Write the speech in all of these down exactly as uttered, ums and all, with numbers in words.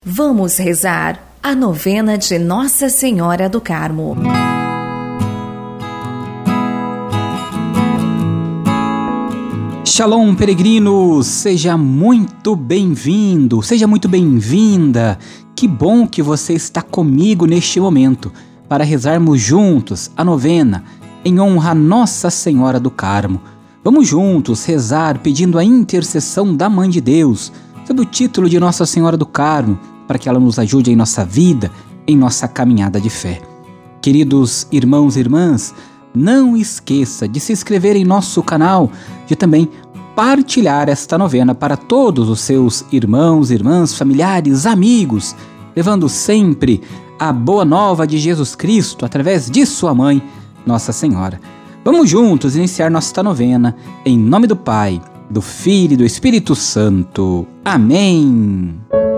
Vamos rezar a novena de Nossa Senhora do Carmo. Shalom, peregrinos! Seja muito bem-vindo, seja muito bem-vinda. Que bom que você está comigo neste momento para rezarmos juntos a novena em honra a Nossa Senhora do Carmo. Vamos juntos rezar pedindo a intercessão da Mãe de Deus sob o título de Nossa Senhora do Carmo, para que ela nos ajude em nossa vida, em nossa caminhada de fé. Queridos irmãos e irmãs, não esqueça de se inscrever em nosso canal, de também partilhar esta novena para todos os seus irmãos, irmãs, familiares, amigos, levando sempre a boa nova de Jesus Cristo através de sua mãe, Nossa Senhora. Vamos juntos iniciar nossa novena em nome do Pai, do Filho e do Espírito Santo. Amém.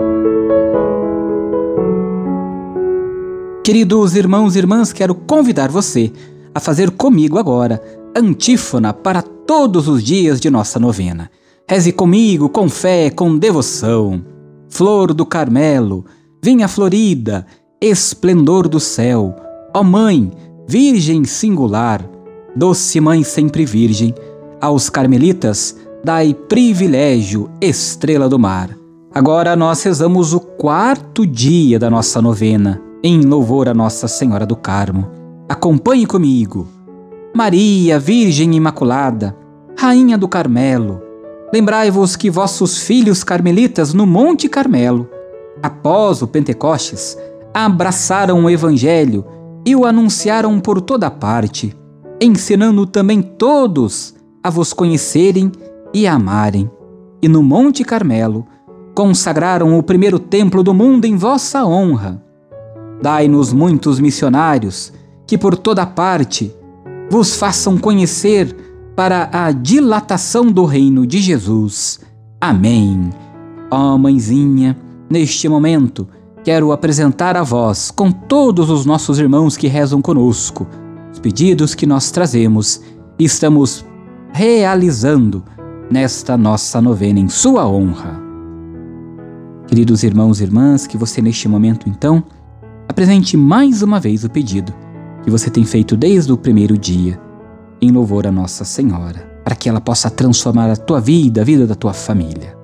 Queridos irmãos e irmãs, quero convidar você a fazer comigo agora a antífona para todos os dias de nossa novena. Reze comigo com fé, com devoção. Flor do Carmelo, vinha florida, esplendor do céu, ó Mãe, Virgem singular, doce Mãe sempre Virgem, aos carmelitas dai privilégio, estrela do mar. Agora nós rezamos o quarto dia da nossa novena, em louvor a Nossa Senhora do Carmo. Acompanhe comigo. Maria, Virgem Imaculada, Rainha do Carmelo, lembrai-vos que vossos filhos carmelitas no Monte Carmelo, após o Pentecostes, abraçaram o Evangelho e o anunciaram por toda parte, ensinando também todos a vos conhecerem e a amarem. E no Monte Carmelo consagraram o primeiro templo do mundo em vossa honra. Dai-nos muitos missionários que por toda parte vos façam conhecer para a dilatação do reino de Jesus. Amém. Ó Mãezinha, neste momento quero apresentar a vós, com todos os nossos irmãos que rezam conosco, os pedidos que nós trazemos e estamos realizando nesta nossa novena em sua honra. Queridos irmãos e irmãs, que você neste momento então apresente mais uma vez o pedido que você tem feito desde o primeiro dia, em louvor a Nossa Senhora, para que ela possa transformar a tua vida, a vida da tua família.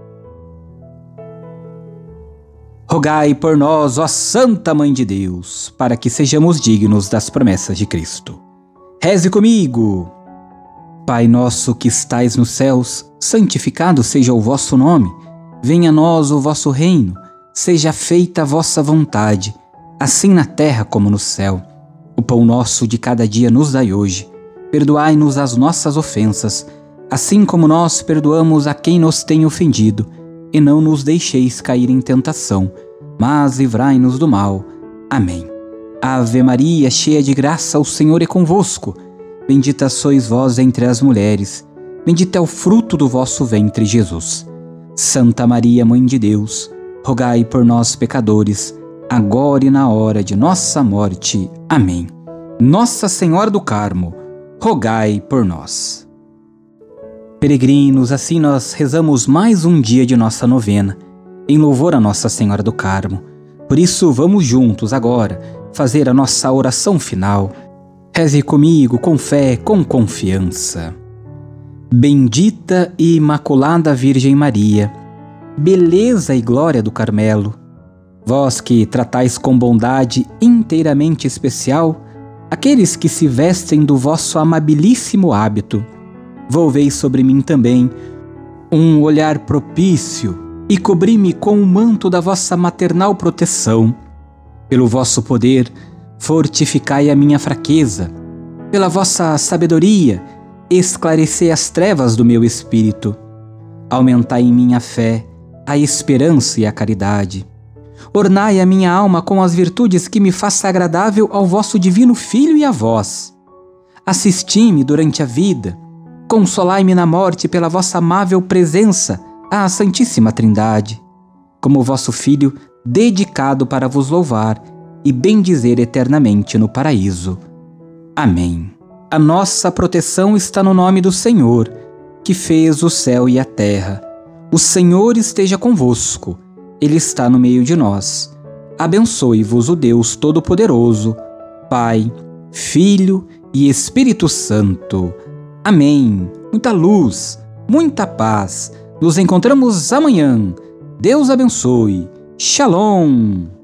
Rogai por nós, ó Santa Mãe de Deus, para que sejamos dignos das promessas de Cristo. Reze comigo. Pai nosso que estais nos céus, santificado seja o vosso nome. Venha a nós o vosso reino. Seja feita a vossa vontade, assim na terra como no céu. O pão nosso de cada dia nos dai hoje. Perdoai-nos as nossas ofensas, assim como nós perdoamos a quem nos tem ofendido. E não nos deixeis cair em tentação, mas livrai-nos do mal. Amém. Ave Maria, cheia de graça, o Senhor é convosco. Bendita sois vós entre as mulheres. Bendito é o fruto do vosso ventre, Jesus. Santa Maria, Mãe de Deus, rogai por nós, pecadores, agora e na hora de nossa morte. Amém. Nossa Senhora do Carmo, rogai por nós. Peregrinos, assim nós rezamos mais um dia de nossa novena, em louvor a Nossa Senhora do Carmo. Por isso, vamos juntos agora fazer a nossa oração final. Reze comigo com fé, com confiança. Bendita e Imaculada Virgem Maria, beleza e glória do Carmelo, vós que tratais com bondade inteiramente especial aqueles que se vestem do vosso amabilíssimo hábito, volvei sobre mim também um olhar propício e cobri-me com o manto da vossa maternal proteção. Pelo vosso poder, fortificai a minha fraqueza. Pela vossa sabedoria, esclarecei as trevas do meu espírito. Aumentai em mim a fé, a esperança e a caridade. Ornai a minha alma com as virtudes que me faça agradável ao vosso divino Filho e a vós. Assisti-me durante a vida, consolai-me na morte pela vossa amável presença à Santíssima Trindade, como vosso Filho dedicado para vos louvar e bendizer eternamente no paraíso. Amém. A nossa proteção está no nome do Senhor, que fez o céu e a terra. O Senhor esteja convosco. Ele está no meio de nós. Abençoe-vos o Deus Todo-Poderoso, Pai, Filho e Espírito Santo. Amém. Muita luz, muita paz. Nos encontramos amanhã. Deus abençoe. Shalom.